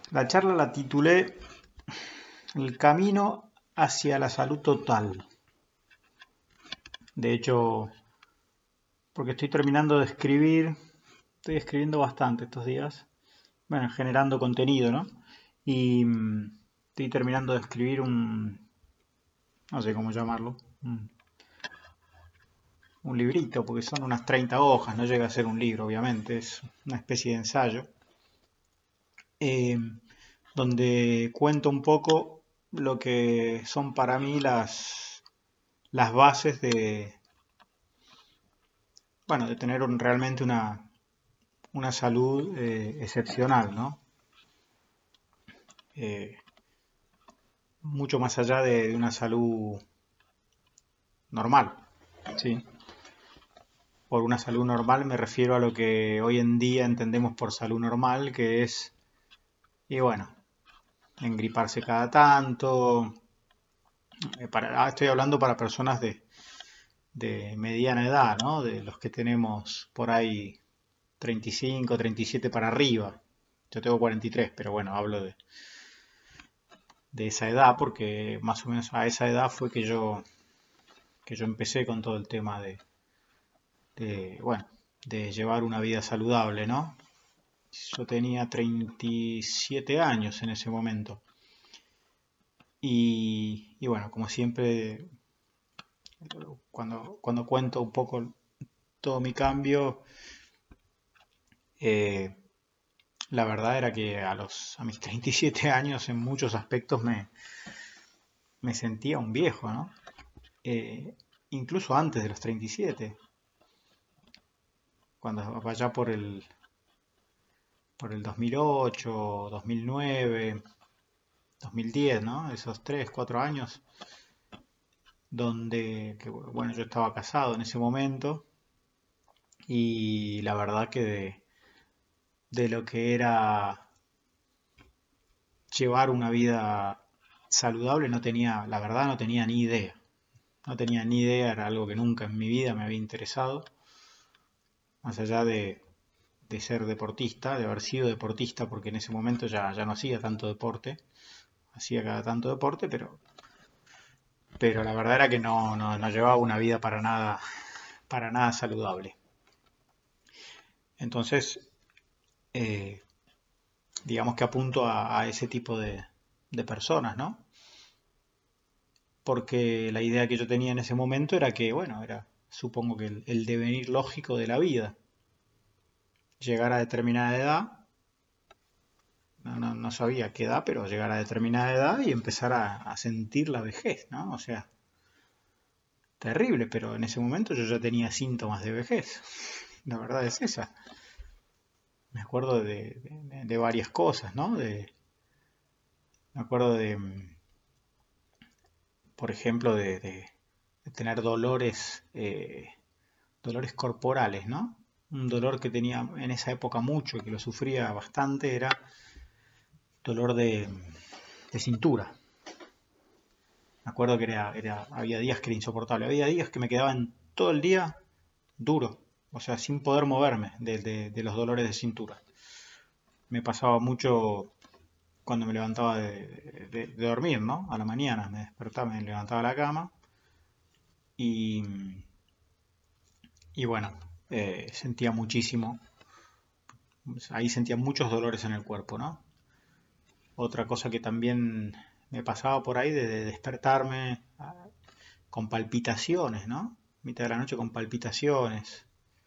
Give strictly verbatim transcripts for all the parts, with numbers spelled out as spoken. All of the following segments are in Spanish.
La charla la titulé El camino hacia la salud total. De hecho, porque estoy terminando de escribir, estoy escribiendo bastante estos días, bueno, generando contenido, ¿no? Y mm, estoy terminando de escribir un, no sé cómo llamarlo, un, un librito, porque son unas treinta hojas, no llega a ser un libro, obviamente, es una especie de ensayo, eh, donde cuento un poco lo que son para mí las, las bases de, bueno, de tener un- realmente una, una salud eh, excepcional, ¿no? Eh, Mucho más allá de, de una salud normal, ¿sí? Por una salud normal me refiero a lo que hoy en día entendemos por salud normal, que es, y bueno, engriparse cada tanto. Eh, para, ah, estoy hablando para personas de, de mediana edad, ¿no? De los que tenemos por ahí treinta y cinco, treinta y siete para arriba. Yo tengo cuarenta y tres, pero bueno, hablo de, de esa edad porque más o menos a esa edad fue que yo, que yo empecé con todo el tema de, de, bueno, de llevar una vida saludable, ¿no? Yo tenía treinta y siete años en ese momento. Y, y bueno, como siempre, cuando, cuando cuento un poco todo mi cambio, eh, la verdad era que a, los, a mis treinta y siete años en muchos aspectos me, me sentía un viejo, ¿no? Eh, Incluso antes de los treinta y siete, cuando vaya por el, por el dos mil ocho, dos mil nueve, dos mil diez, ¿no? Esos tres, cuatro años donde, que, bueno, yo estaba casado en ese momento y la verdad que de, de lo que era llevar una vida saludable no tenía, la verdad no tenía ni idea. No tenía ni idea, era algo que nunca en mi vida me había interesado, más allá de, de ser deportista, de haber sido deportista, porque en ese momento ya, ya no hacía tanto deporte, hacía cada tanto deporte, pero, pero la verdad era que no, no, no llevaba una vida para nada, para nada saludable. Entonces, eh, digamos que apunto a, a ese tipo de, de personas, ¿no? Porque la idea que yo tenía en ese momento era que, bueno, era supongo que el, el devenir lógico de la vida, llegar a determinada edad, no, no, no sabía qué edad, pero llegar a determinada edad y empezar a, a sentir la vejez, ¿no? O sea, terrible, pero en ese momento yo ya tenía síntomas de vejez. La verdad es esa. Me acuerdo de, de, de varias cosas, ¿no? De, me acuerdo de, por ejemplo, de, de, de tener dolores, eh, dolores corporales, ¿no? Un dolor que tenía en esa época mucho y que lo sufría bastante era dolor de, de cintura. Me acuerdo que era, era, había días que era insoportable, había días que me quedaban todo el día duro, o sea, sin poder moverme de, de, de los dolores de cintura. Me pasaba mucho cuando me levantaba de, de, de dormir, ¿no? A la mañana me despertaba, me levantaba de la cama y, y bueno, eh, sentía muchísimo, ahí sentía muchos dolores en el cuerpo, ¿no? Otra cosa que también me pasaba por ahí de, de despertarme ah, con palpitaciones, ¿no? Mitad de la noche con palpitaciones.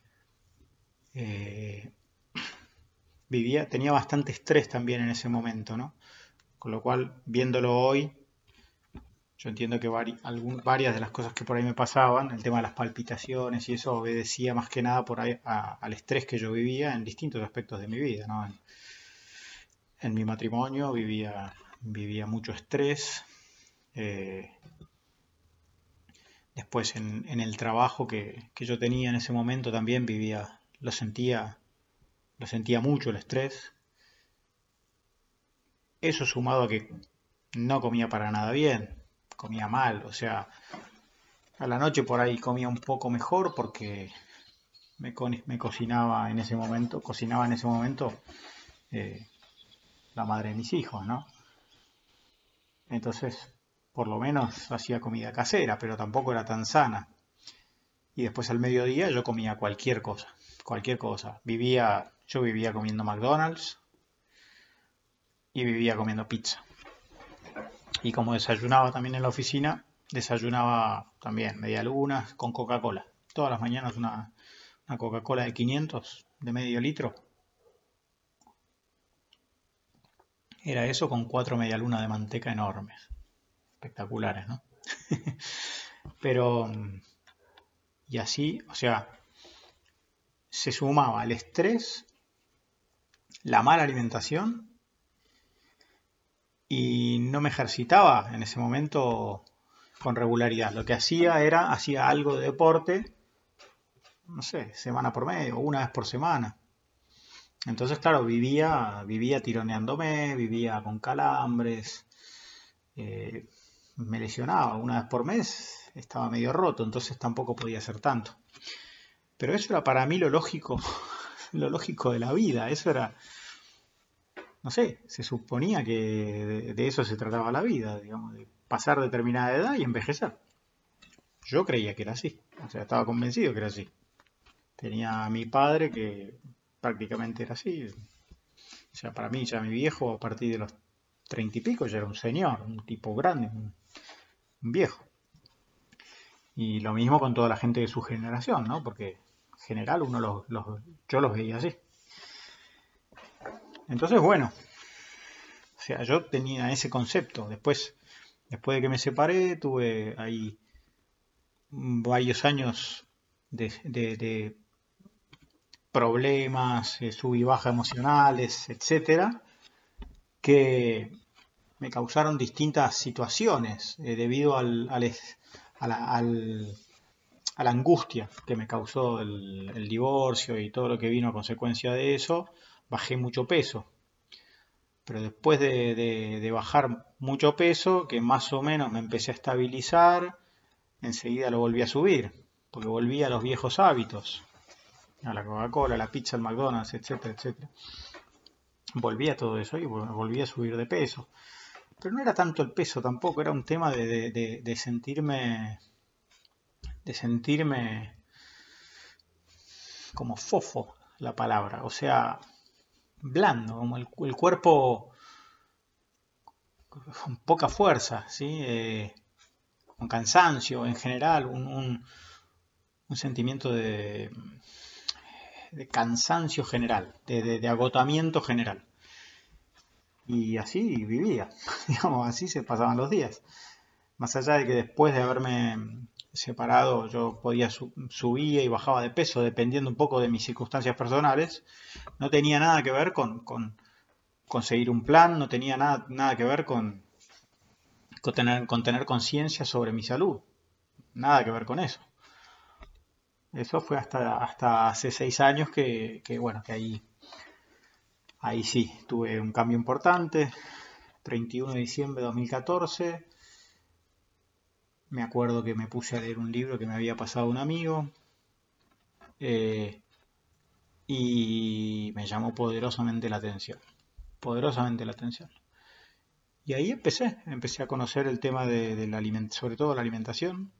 Eh, Vivía, tenía bastante estrés también en ese momento, ¿no? Con lo cual, viéndolo hoy, yo entiendo que vari, algún, varias de las cosas que por ahí me pasaban, el tema de las palpitaciones y eso, obedecía más que nada por ahí a, al estrés que yo vivía en distintos aspectos de mi vida, ¿no? En, en mi matrimonio vivía, vivía mucho estrés. Eh, Después en, en el trabajo que, que, yo tenía en ese momento también vivía, lo sentía, lo sentía mucho el estrés. Eso sumado a que no comía para nada bien, comía mal, o sea, a la noche por ahí comía un poco mejor porque me, co me cocinaba en ese momento, cocinaba en ese momento eh, la madre de mis hijos, ¿no? Entonces, por lo menos hacía comida casera, pero tampoco era tan sana. Y después al mediodía yo comía cualquier cosa, cualquier cosa. Vivía, yo vivía comiendo McDonald's y vivía comiendo pizza. Y como desayunaba también en la oficina, desayunaba también medialunas con Coca-Cola. Todas las mañanas una, una Coca-Cola de quinientos, de medio litro. Era eso con cuatro medialunas de manteca enormes. Espectaculares, ¿no? Pero, y así, o sea, se sumaba el estrés, la mala alimentación y no me ejercitaba en ese momento con regularidad. Lo que hacía era, hacía algo de deporte, no sé, semana por medio, una vez por semana. Entonces, claro, vivía, vivía tironeándome, vivía con calambres, eh, me lesionaba una vez por mes, estaba medio roto, entonces tampoco podía hacer tanto. Pero eso era para mí lo lógico, lo lógico de la vida, eso era, no sé, se suponía que de, de eso se trataba la vida, digamos, de pasar determinada edad y envejecer. Yo creía que era así, o sea, estaba convencido que era así. Tenía a mi padre que prácticamente era así. O sea, para mí ya mi viejo a partir de los treinta y pico ya era un señor, un tipo grande, un, un viejo. Y lo mismo con toda la gente de su generación, ¿no? Porque en general uno los, los, yo los veía así. Entonces, bueno, o sea, yo tenía ese concepto. Después, después de que me separé, tuve ahí varios años de, de, de problemas, eh, sub y baja emocionales, etcétera, que me causaron distintas situaciones eh, debido al, al, a, la, al, a la angustia que me causó el, el divorcio y todo lo que vino a consecuencia de eso. Bajé mucho peso, pero después de, de, de bajar mucho peso, que más o menos me empecé a estabilizar, enseguida lo volví a subir, porque volví a los viejos hábitos, a la Coca-Cola, a la pizza, al McDonald's, etcétera, etcétera. Volví a todo eso y volví a subir de peso. Pero no era tanto el peso tampoco, era un tema de, de, de, de sentirme, de sentirme como fofo, la palabra, o sea, blando, como el, el cuerpo con poca fuerza, ¿sí? Eh, con cansancio en general, un, un, un sentimiento de, de, cansancio general, de, de, de agotamiento general. Y así vivía, digamos, así se pasaban los días. Más allá de que después de haberme separado yo podía su subía y bajaba de peso dependiendo un poco de mis circunstancias personales, no tenía nada que ver con, con, con seguir un plan, no tenía nada, nada que ver con, con tener, con tener conciencia sobre mi salud, nada que ver con eso. Eso fue hasta, hasta hace seis años que, que bueno, que ahí, ahí sí, tuve un cambio importante, treinta y uno de diciembre de dos mil catorce. Me acuerdo que me puse a leer un libro que me había pasado un amigo eh, y me llamó poderosamente la atención, poderosamente la atención. Y ahí empecé, empecé a conocer el tema de, de la aliment sobre todo la alimentación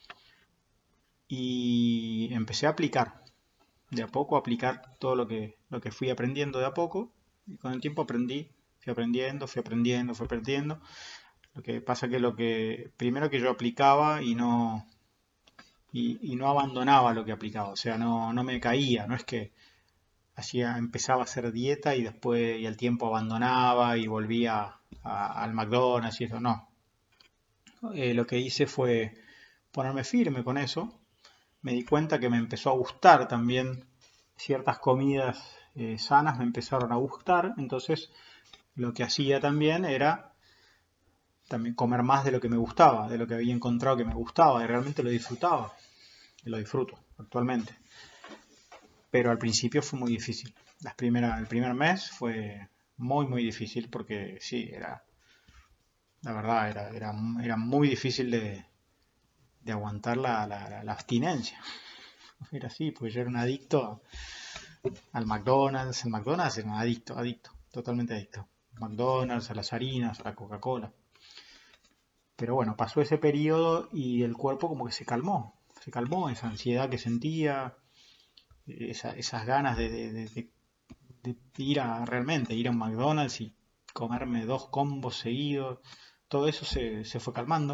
y empecé a aplicar, de a poco a aplicar todo lo que, lo que fui aprendiendo de a poco y con el tiempo aprendí, fui aprendiendo, fui aprendiendo, fui aprendiendo. Lo que pasa que lo que primero que yo aplicaba y no y, y no abandonaba lo que aplicaba, o sea, no, no me caía, no es que hacía, empezaba a hacer dieta y después y al tiempo abandonaba y volvía a, al McDonald's y eso, no. Eh, lo que hice fue ponerme firme con eso, me di cuenta que me empezó a gustar también ciertas comidas eh, sanas, me empezaron a gustar, entonces lo que hacía también era también comer más de lo que me gustaba, de lo que había encontrado que me gustaba y realmente lo disfrutaba, y lo disfruto actualmente. Pero al principio fue muy difícil. Las primeras, el primer mes fue muy, muy difícil porque sí, era, la verdad, era, era, era muy difícil de, de aguantar la, la, la, abstinencia. Era así, porque yo era un adicto al McDonald's. El McDonald's era un adicto, adicto, totalmente adicto. McDonald's, a las harinas, a la Coca-Cola. Pero bueno, pasó ese periodo y el cuerpo como que se calmó, se calmó esa ansiedad que sentía, esa- esas ganas de, de- de- de- de ir a realmente, ir a un McDonald's y comerme dos combos seguidos, todo eso se, se fue calmando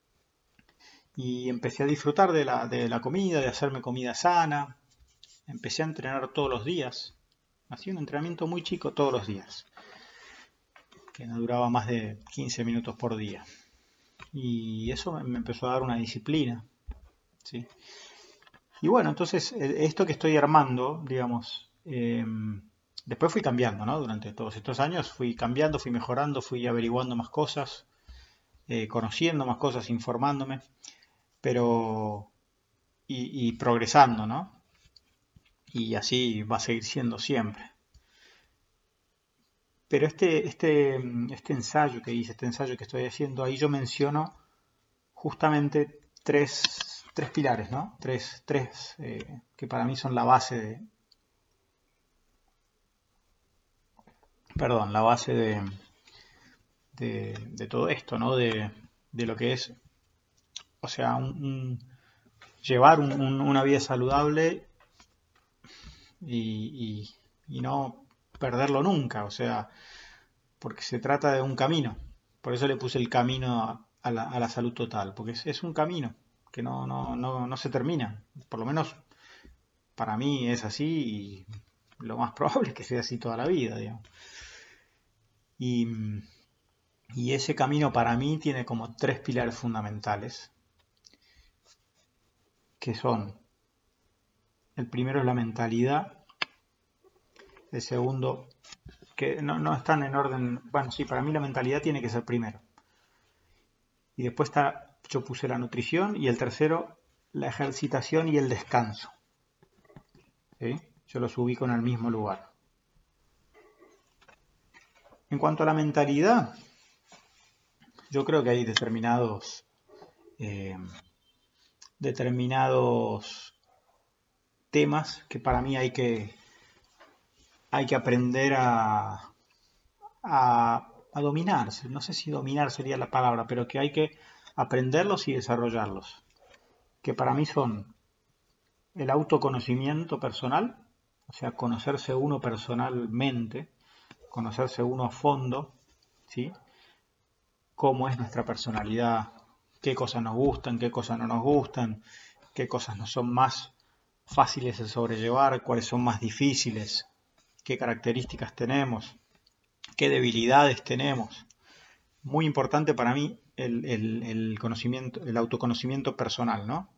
y empecé a disfrutar de la, de la comida, de hacerme comida sana, empecé a entrenar todos los días, hacía un entrenamiento muy chico todos los días, que no duraba más de quince minutos por día. Y eso me empezó a dar una disciplina, ¿sí? Y bueno, entonces eh, esto que estoy armando, digamos, eh, después fui cambiando, ¿no? Durante todos estos años fui cambiando, fui mejorando, fui averiguando más cosas, eh, conociendo más cosas, informándome, pero y, y progresando, ¿no? Y así va a seguir siendo siempre. Pero este, este, este ensayo que hice, este ensayo que estoy haciendo, ahí yo menciono justamente tres, tres pilares, ¿no? Tres, tres eh, que para mí son la base de, perdón, la base de, de, de todo esto, ¿no? De, de lo que es, o sea, un, un, llevar un, un, una vida saludable y, y, y no perderlo nunca, o sea, porque se trata de un camino. Por eso le puse el camino a, a, la, a la, salud total, porque es, es un camino que no, no, no, no se termina. Por lo menos para mí es así y lo más probable es que sea así toda la vida, digamos. Y, y ese camino para mí tiene como tres pilares fundamentales, que son, el primero es la mentalidad, el segundo, que no, no están en orden, bueno, sí, para mí la mentalidad tiene que ser primero. Y después está, yo puse la nutrición y el tercero, la ejercitación y el descanso. ¿Sí? Yo los ubico en el mismo lugar. En cuanto a la mentalidad, yo creo que hay determinados, eh, determinados temas que para mí hay que, hay que aprender a, a, a dominarse. No sé si dominar sería la palabra, pero que hay que aprenderlos y desarrollarlos. Que para mí son el autoconocimiento personal, o sea, conocerse uno personalmente, conocerse uno a fondo, ¿sí? Cómo es nuestra personalidad, qué cosas nos gustan, qué cosas no nos gustan, qué cosas nos son más fáciles de sobrellevar, cuáles son más difíciles, qué características tenemos, qué debilidades tenemos. Muy importante para mí el, el, el conocimiento, el autoconocimiento personal, ¿no?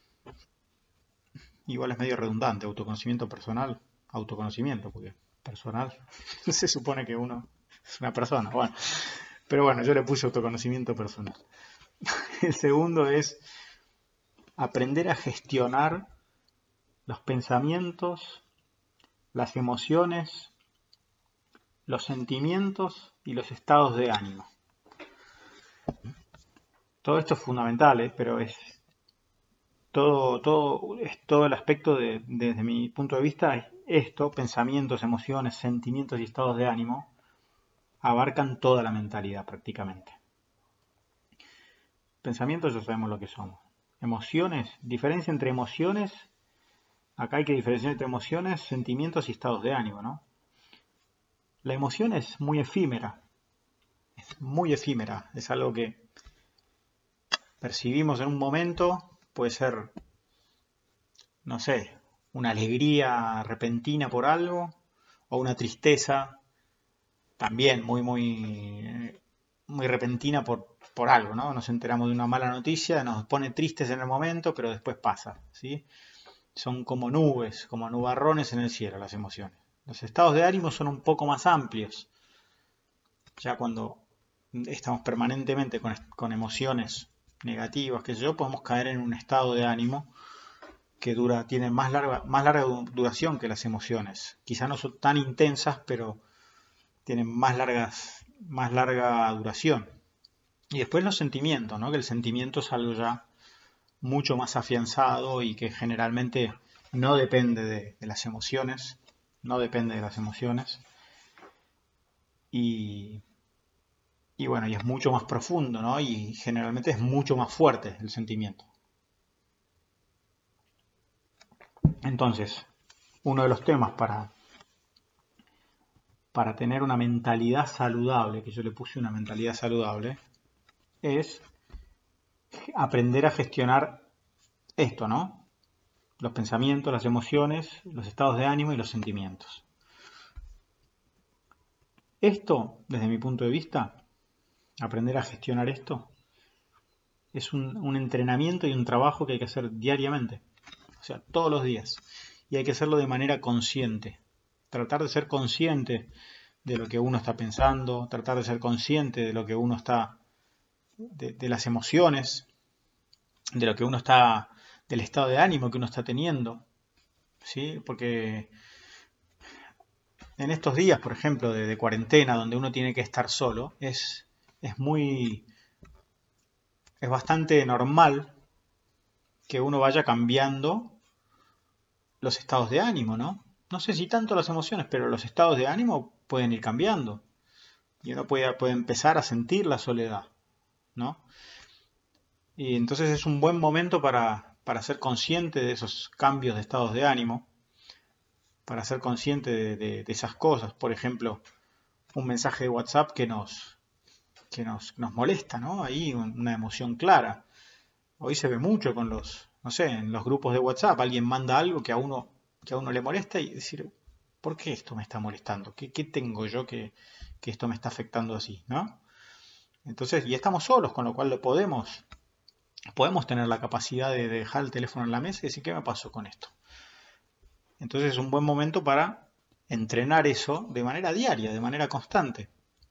Igual es medio redundante, autoconocimiento personal, autoconocimiento, porque personal se supone que uno es una persona. Bueno, pero bueno, yo le puse autoconocimiento personal. El segundo es aprender a gestionar los pensamientos, las emociones, los sentimientos y los estados de ánimo. Todo esto es fundamental, ¿eh? Pero es todo, todo, es todo el aspecto de, desde mi punto de vista, es esto, pensamientos, emociones, sentimientos y estados de ánimo, abarcan toda la mentalidad prácticamente. Pensamientos ya sabemos lo que somos. Emociones, diferencia entre emociones, acá hay que diferenciar entre emociones, sentimientos y estados de ánimo, ¿no? La emoción es muy efímera, es muy efímera, es algo que percibimos en un momento, puede ser, no sé, una alegría repentina por algo, o una tristeza también muy, muy, muy repentina por, por algo, ¿no? Nos enteramos de una mala noticia, nos pone tristes en el momento, pero después pasa, ¿sí? Son como nubes, como nubarrones en el cielo las emociones. Los estados de ánimo son un poco más amplios, ya cuando estamos permanentemente con, con emociones negativas, que yo, podemos caer en un estado de ánimo que dura, tiene más larga, más larga duración que las emociones. Quizá no son tan intensas, pero tienen más, largas, más larga duración. Y después los sentimientos, ¿no? Que el sentimiento es algo ya mucho más afianzado y que generalmente no depende de, de las emociones, no depende de las emociones. y, y bueno, y es mucho más profundo, ¿no? Y generalmente es mucho más fuerte el sentimiento. Entonces, uno de los temas para, para tener una mentalidad saludable, que yo le puse una mentalidad saludable, es aprender a gestionar esto, ¿no? Los pensamientos, las emociones, los estados de ánimo y los sentimientos. Esto, desde mi punto de vista, aprender a gestionar esto, es un, un entrenamiento y un trabajo que hay que hacer diariamente, o sea, todos los días. Y hay que hacerlo de manera consciente. Tratar de ser consciente de lo que uno está pensando, tratar de ser consciente de lo que uno está, de, de las emociones, de lo que uno está, del estado de ánimo que uno está teniendo, ¿sí? Porque en estos días, por ejemplo, de, de cuarentena, donde uno tiene que estar solo, es, es muy, es bastante normal que uno vaya cambiando los estados de ánimo, ¿no? No sé si tanto las emociones, pero los estados de ánimo pueden ir cambiando. Y uno puede, puede empezar a sentir la soledad, ¿no? Y entonces es un buen momento para, para ser consciente de esos cambios de estados de ánimo, para ser consciente de, de, de esas cosas. Por ejemplo, un mensaje de WhatsApp que nos, que nos, nos molesta, ¿no? Ahí una emoción clara. Hoy se ve mucho con los, no sé, en los grupos de WhatsApp, alguien manda algo que a uno, que a uno le molesta y decir, ¿por qué esto me está molestando? ¿Qué, qué tengo yo que, que esto me está afectando así, ¿no? Entonces, y estamos solos, con lo cual lo podemos, podemos tener la capacidad de dejar el teléfono en la mesa y decir, ¿qué me pasó con esto? Entonces es un buen momento para entrenar eso de manera diaria, de manera constante.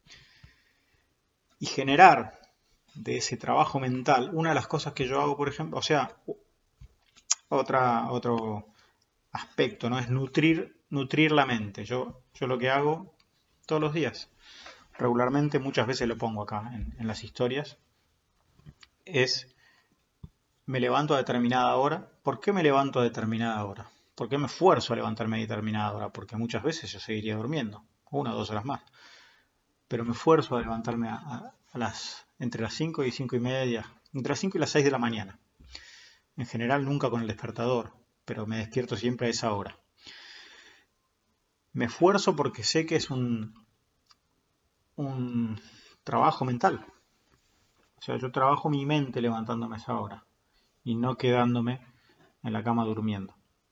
Y generar de ese trabajo mental, una de las cosas que yo hago, por ejemplo, o sea, otra, otro aspecto, ¿no? Es nutrir, nutrir la mente. Yo, yo lo que hago todos los días, regularmente, muchas veces lo pongo acá en, en las historias, es me levanto a determinada hora. ¿Por qué me levanto a determinada hora? ¿Por qué me esfuerzo a levantarme a determinada hora? Porque muchas veces yo seguiría durmiendo, una o dos horas más. Pero me esfuerzo a levantarme a, a, a las entre las cinco y cinco y media, entre las cinco y las seis de la mañana. En general nunca con el despertador, pero me despierto siempre a esa hora. Me esfuerzo porque sé que es un, un trabajo mental. O sea, yo trabajo mi mente levantándome a esa hora y no quedándome en la cama durmiendo.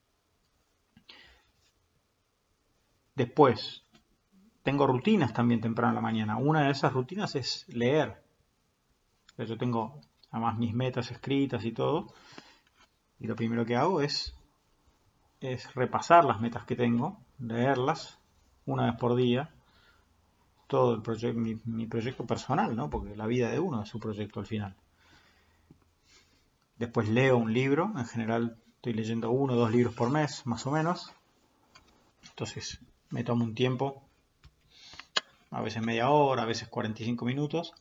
Después, tengo rutinas también temprano en la mañana. Una de esas rutinas es leer. O sea, yo tengo además mis metas escritas y todo. Y lo primero que hago es, es repasar las metas que tengo, leerlas una vez por día. Todo el proyecto, mi, mi proyecto personal, ¿no? Porque la vida de uno es su proyecto al final. Después leo un libro, en general estoy leyendo uno o dos libros por mes, más o menos. Entonces me tomo un tiempo, a veces media hora, a veces cuarenta y cinco minutos,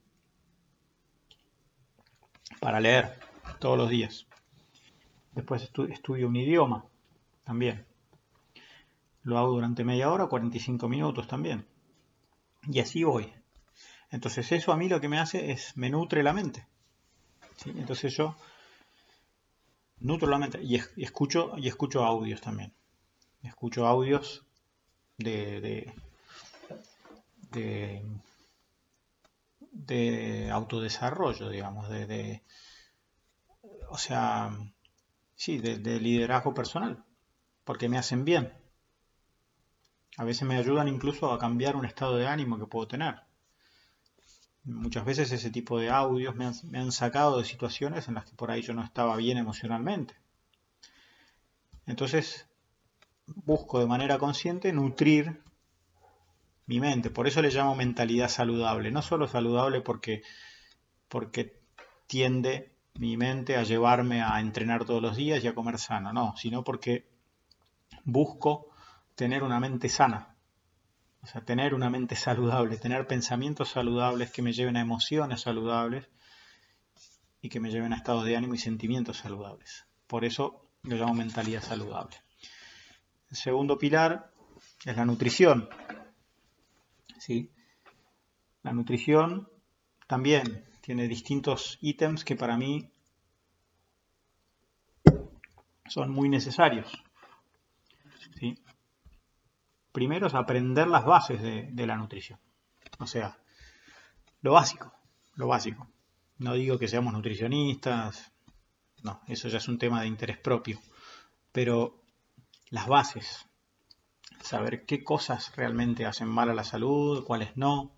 para leer todos los días. Después estu estudio un idioma también. Lo hago durante media hora, cuarenta y cinco minutos también. Y así voy. Entonces eso a mí lo que me hace es, me nutre la mente. ¿Sí? Entonces yo nutro la mente y, es, y, escucho, y escucho audios también. Escucho audios de, de, de, de autodesarrollo, digamos, de, de o sea, sí, de, de liderazgo personal, porque me hacen bien. A veces me ayudan incluso a cambiar un estado de ánimo que puedo tener. Muchas veces ese tipo de audios me han, me han sacado de situaciones en las que por ahí yo no estaba bien emocionalmente. Entonces busco de manera consciente nutrir mi mente. Por eso le llamo mentalidad saludable. No solo saludable porque, porque tiende mi mente a llevarme a entrenar todos los días y a comer sano. No, sino porque busco tener una mente sana. O sea, tener una mente saludable, tener pensamientos saludables que me lleven a emociones saludables y que me lleven a estados de ánimo y sentimientos saludables. Por eso lo llamo mentalidad saludable. El segundo pilar es la nutrición. ¿Sí? La nutrición también tiene distintos ítems que para mí son muy necesarios, ¿sí? Primero es aprender las bases de, de la nutrición. O sea, lo básico, lo básico. No digo que seamos nutricionistas, no, eso ya es un tema de interés propio. Pero las bases, saber qué cosas realmente hacen mal a la salud, cuáles no,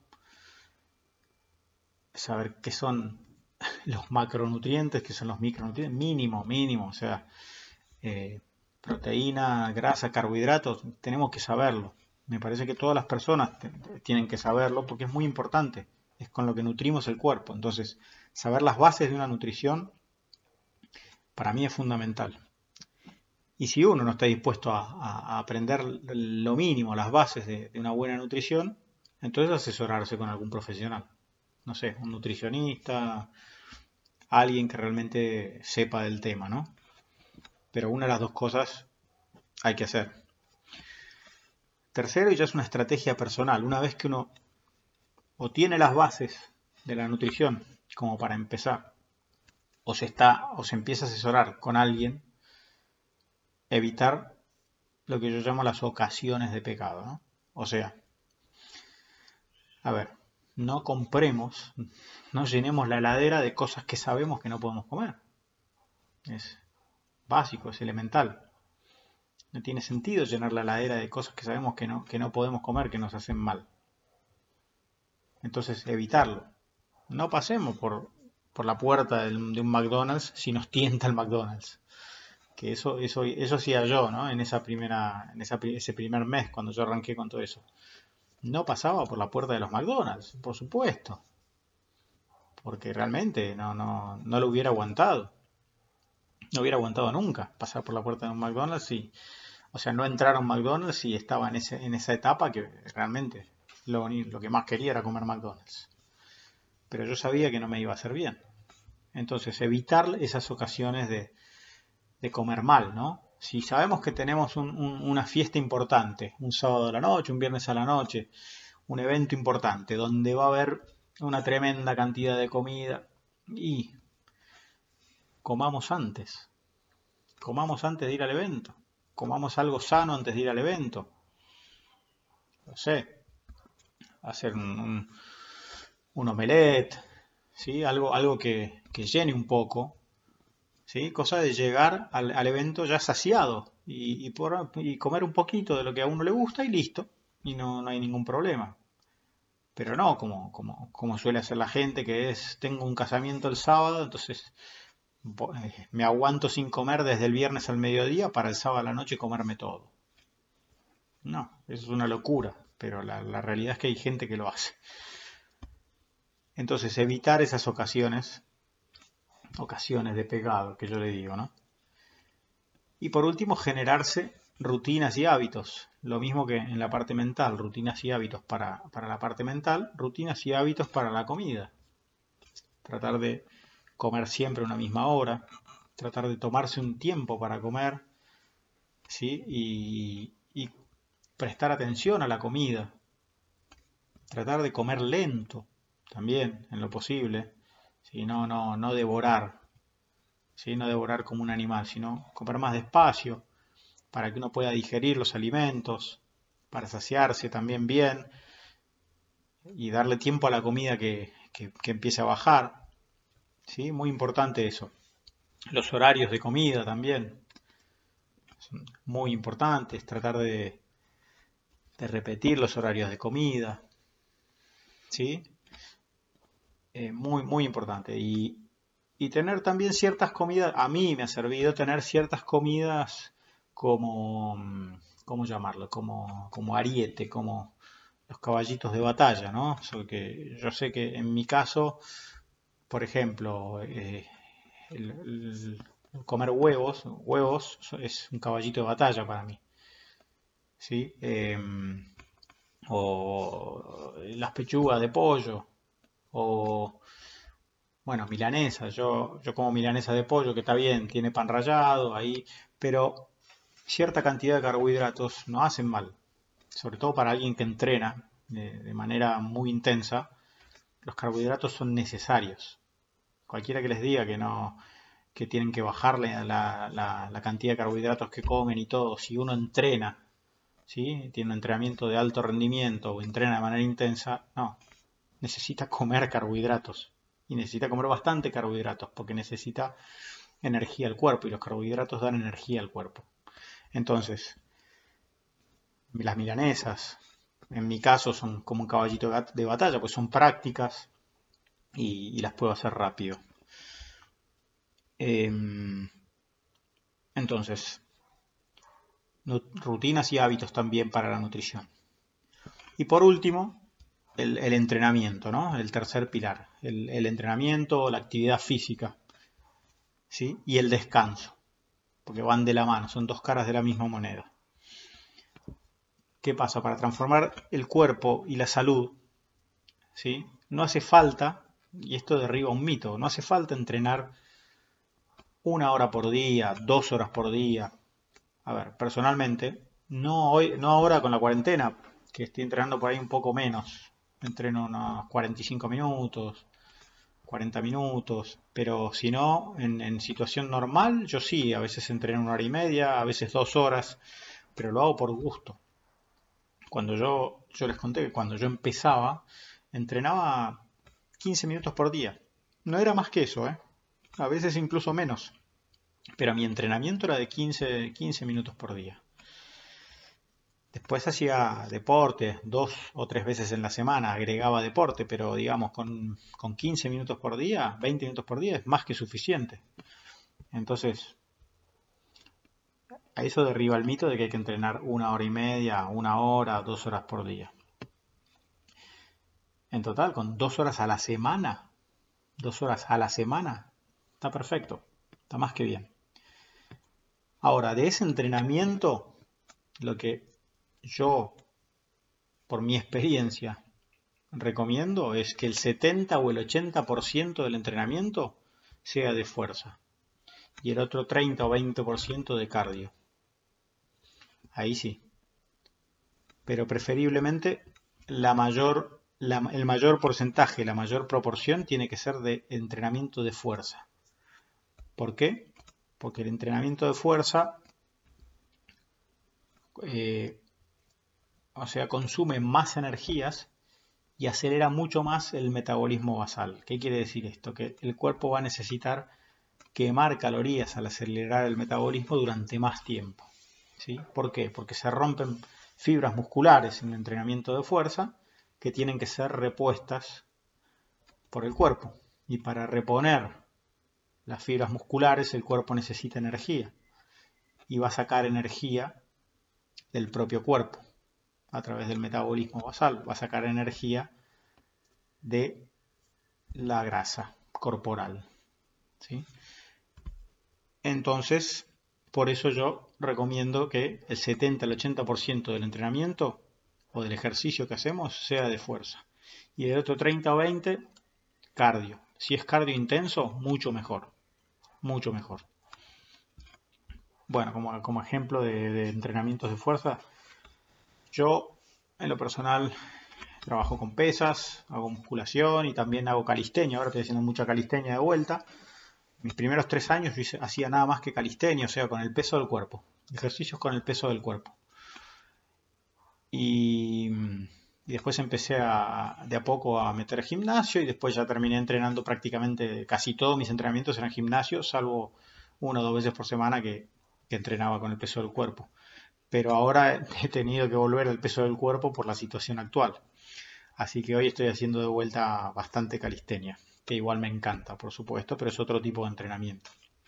saber qué son los macronutrientes, qué son los micronutrientes, mínimo, mínimo, o sea, eh, proteína, grasa, carbohidratos, tenemos que saberlo. Me parece que todas las personas tienen que saberlo porque es muy importante, es con lo que nutrimos el cuerpo. Entonces, saber las bases de una nutrición para mí es fundamental. Y si uno no está dispuesto a, a aprender lo mínimo, las bases de, de una buena nutrición, entonces asesorarse con algún profesional. No sé, un nutricionista, alguien que realmente sepa del tema, ¿no? Pero una de las dos cosas hay que hacer. Tercero, y ya es una estrategia personal. Una vez que uno o tiene las bases de la nutrición como para empezar, o se está, o se empieza a asesorar con alguien, evitar lo que yo llamo las ocasiones de pecado, ¿no? O sea, a ver, no compremos, no llenemos la heladera de cosas que sabemos que no podemos comer. Es básico, es elemental. No tiene sentido llenar la heladera de cosas que sabemos que no, que no podemos comer, que nos hacen mal. Entonces, evitarlo. No pasemos por, por la puerta de un McDonald's si nos tienta el McDonald's. Que eso, eso, eso hacía yo, ¿no? En esa primera, en esa, ese primer mes cuando yo arranqué con todo eso. No pasaba por la puerta de los McDonald's, por supuesto. Porque realmente no, no, no lo hubiera aguantado. No hubiera aguantado nunca pasar por la puerta de un McDonald's y, o sea, no entrar a un McDonald's y estaba en, ese, en esa etapa que realmente lo, lo que más quería era comer McDonald's. Pero yo sabía que no me iba a hacer bien. Entonces, evitar esas ocasiones de, de comer mal, ¿no? Si sabemos que tenemos un, un, una fiesta importante, un sábado a la noche, un viernes a la noche, un evento importante, donde va a haber una tremenda cantidad de comida, y comamos antes, comamos antes de ir al evento, comamos algo sano antes de ir al evento, no sé, hacer un, un, un omelette, ¿sí? Algo, algo que, que llene un poco, ¿sí? Cosa de llegar al, al evento ya saciado y, y, por, y comer un poquito de lo que a uno le gusta y listo, y no, no hay ningún problema. Pero no como, como, como suele hacer la gente, que es, tengo un casamiento el sábado, entonces me aguanto sin comer desde el viernes al mediodía para el sábado a la noche comerme todo. No, eso es una locura, pero la, la realidad es que hay gente que lo hace. Entonces, evitar esas ocasiones, ocasiones de pecado, que yo le digo, ¿no? Y por último, generarse rutinas y hábitos. Lo mismo que en la parte mental, rutinas y hábitos para, para la parte mental, rutinas y hábitos para la comida. Tratar de comer siempre a una misma hora, tratar de tomarse un tiempo para comer, ¿sí? Y, y prestar atención a la comida, tratar de comer lento también, en lo posible, ¿sí? No, no, no devorar, ¿sí? No devorar como un animal, sino comer más despacio, para que uno pueda digerir los alimentos, para saciarse también bien, y darle tiempo a la comida que, que, que empiece a bajar, ¿sí? Muy importante eso. Los horarios de comida también son muy importantes, tratar de, de repetir los horarios de comida, ¿sí? Eh, muy, muy importante. Y, y tener también ciertas comidas, a mí me ha servido tener ciertas comidas como, ¿cómo llamarlo? Como, como ariete, como los caballitos de batalla, ¿no? So que yo sé que en mi caso, por ejemplo, eh, el, el comer huevos, huevos es un caballito de batalla para mí, ¿sí? Eh, o las pechugas de pollo, o bueno, milanesa, yo, yo como milanesa de pollo, que está bien, tiene pan rallado ahí, pero cierta cantidad de carbohidratos no hacen mal, sobre todo para alguien que entrena de, de manera muy intensa. los carbohidratos son necesarios. Cualquiera que les diga que no, que tienen que bajarle la, la, la cantidad de carbohidratos que comen y todo, si uno entrena, ¿sí? Tiene un entrenamiento de alto rendimiento o entrena de manera intensa, no, necesita comer carbohidratos. Y necesita comer bastante carbohidratos porque necesita energía al cuerpo y los carbohidratos dan energía al cuerpo. Entonces, las milanesas, en mi caso, son como un caballito de batalla, pues son prácticas y, y las puedo hacer rápido. Eh, entonces, rutinas y hábitos también para la nutrición. Y por último, el, el entrenamiento, ¿no? El tercer pilar, el, el entrenamiento, la actividad física, ¿sí? Y el descanso, porque van de la mano, son dos caras de la misma moneda. ¿Qué pasa? Para transformar el cuerpo y la salud, ¿sí? No hace falta, y esto derriba un mito, no hace falta entrenar una hora por día, dos horas por día. A ver, personalmente, no, hoy, no ahora con la cuarentena, que estoy entrenando por ahí un poco menos. Entreno unos cuarenta y cinco minutos, cuarenta minutos, pero si no, en, en situación normal, yo sí, a veces entreno una hora y media, a veces dos horas, pero lo hago por gusto. Cuando yo, yo les conté que cuando yo empezaba, entrenaba quince minutos por día. No era más que eso, ¿eh? A veces incluso menos. Pero mi entrenamiento era de quince, quince minutos por día. Después hacía deporte, dos o tres veces en la semana, agregaba deporte, pero digamos, con, con quince minutos por día, veinte minutos por día es más que suficiente. Entonces, a eso derriba el mito de que hay que entrenar una hora y media, una hora, dos horas por día. En total, con dos horas a la semana, dos horas a la semana, está perfecto, está más que bien. Ahora, de ese entrenamiento, lo que yo, por mi experiencia, recomiendo es que el setenta o el ochenta por ciento del entrenamiento sea de fuerza y el otro treinta o veinte por ciento de cardio. Ahí sí. Pero preferiblemente la mayor, la, el mayor porcentaje, la mayor proporción tiene que ser de entrenamiento de fuerza. ¿Por qué? Porque el entrenamiento de fuerza eh, o sea, consume más energías y acelera mucho más el metabolismo basal. ¿Qué quiere decir esto? Que el cuerpo va a necesitar quemar calorías al acelerar el metabolismo durante más tiempo. ¿Sí? ¿Por qué? Porque se rompen fibras musculares en el entrenamiento de fuerza que tienen que ser repuestas por el cuerpo. Y para reponer las fibras musculares el cuerpo necesita energía y va a sacar energía del propio cuerpo a través del metabolismo basal, va a sacar energía de la grasa corporal, ¿sí? Entonces, por eso yo recomiendo que el setenta al ochenta por ciento del entrenamiento o del ejercicio que hacemos sea de fuerza y el otro treinta o veinte cardio. Si es cardio intenso, mucho mejor, mucho mejor. Bueno, como, como ejemplo de, de entrenamientos de fuerza, yo en lo personal trabajo con pesas, hago musculación y también hago calistenia. Ahora estoy haciendo mucha calistenia de vuelta. Mis primeros tres años yo hice, hacía nada más que calistenia, o sea, con el peso del cuerpo. Ejercicios con el peso del cuerpo. Y, y después empecé a, de a poco a meter gimnasio y después ya terminé entrenando prácticamente casi todos mis entrenamientos eran gimnasios, salvo una o dos veces por semana que, que entrenaba con el peso del cuerpo. Pero ahora he tenido que volver al peso del cuerpo por la situación actual. Así que hoy estoy haciendo de vuelta bastante calistenia, que igual me encanta, por supuesto, pero es otro tipo de entrenamiento.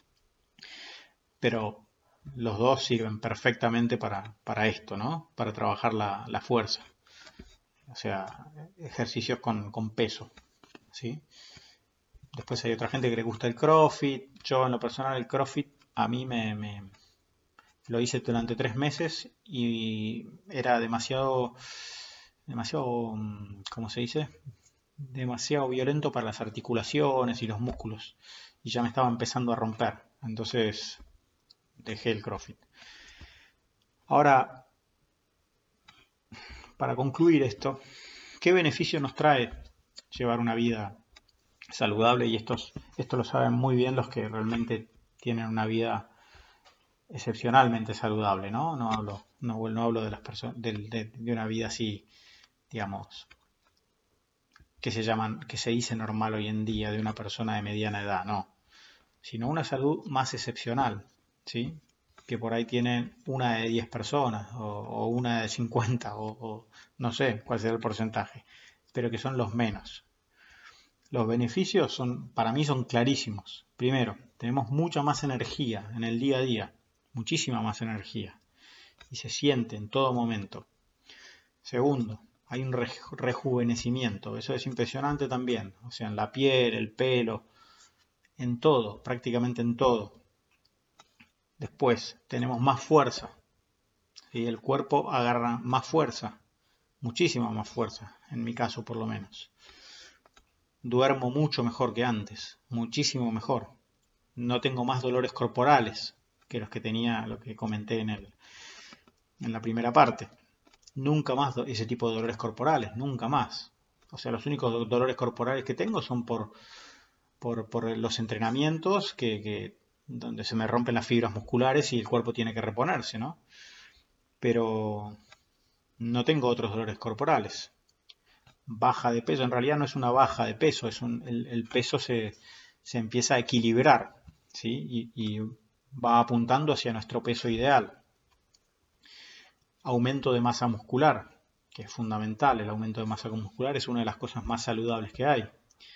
Pero los dos sirven perfectamente para, para esto, ¿no? Para trabajar la, la fuerza. O sea, ejercicios con, con peso, ¿sí? Después hay otra gente que le gusta el CrossFit. Yo en lo personal el CrossFit a mí me, me lo hice durante tres meses y era demasiado, demasiado, ¿cómo se dice? Demasiado violento para las articulaciones y los músculos y ya me estaba empezando a romper, entonces dejé el CrossFit. Ahora, para concluir esto, ¿qué beneficio nos trae llevar una vida saludable, y estos, esto lo saben muy bien los que realmente tienen una vida excepcionalmente saludable, ¿no? No hablo, no, no hablo de las personas, de, de, de una vida así, digamos, que se llaman, que se dice normal hoy en día, de una persona de mediana edad, no, sino una salud más excepcional, ¿sí? Que por ahí tienen una de diez personas, o, o una de cincuenta, o, o no sé cuál será el porcentaje, pero que son los menos. Los beneficios son, para mí son clarísimos. Primero, tenemos mucha más energía en el día a día, muchísima más energía, y se siente en todo momento. Segundo, hay un rejuvenecimiento, eso es impresionante también, o sea, en la piel, el pelo, en todo, prácticamente en todo. Después, tenemos más fuerza, ¿sí? El cuerpo agarra más fuerza, muchísima más fuerza, en mi caso por lo menos. Duermo mucho mejor que antes, muchísimo mejor. No tengo más dolores corporales que los que tenía, lo que comenté en, el, en la primera parte. Nunca más ese tipo de dolores corporales, nunca más. O sea, los únicos dolores corporales que tengo son por, por, por los entrenamientos que, que, donde se me rompen las fibras musculares y el cuerpo tiene que reponerse, ¿no? Pero no tengo otros dolores corporales. Baja de peso, en realidad no es una baja de peso, es un, el, el peso se, se empieza a equilibrar, ¿sí? Y, y va apuntando hacia nuestro peso ideal. Aumento de masa muscular, que es fundamental. El aumento de masa muscular es una de las cosas más saludables que hay.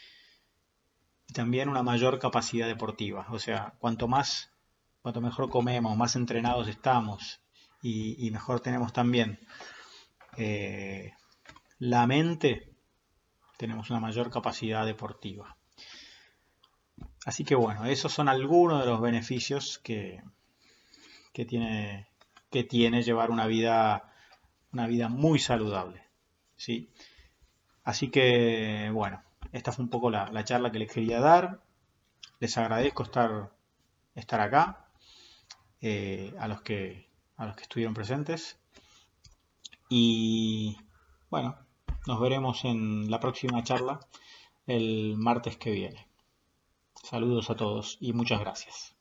Y también una mayor capacidad deportiva, o sea, cuanto más, cuanto mejor comemos, más entrenados estamos, y, y mejor tenemos también eh, la mente, tenemos una mayor capacidad deportiva. Así que bueno, esos son algunos de los beneficios que, que tiene, que tiene llevar una vida, una vida muy saludable, ¿sí? Así que bueno, esta fue un poco la, la charla que les quería dar. Les agradezco estar, estar acá, eh, a los que, a los que estuvieron presentes. Y bueno, nos veremos en la próxima charla el martes que viene. Saludos a todos y muchas gracias.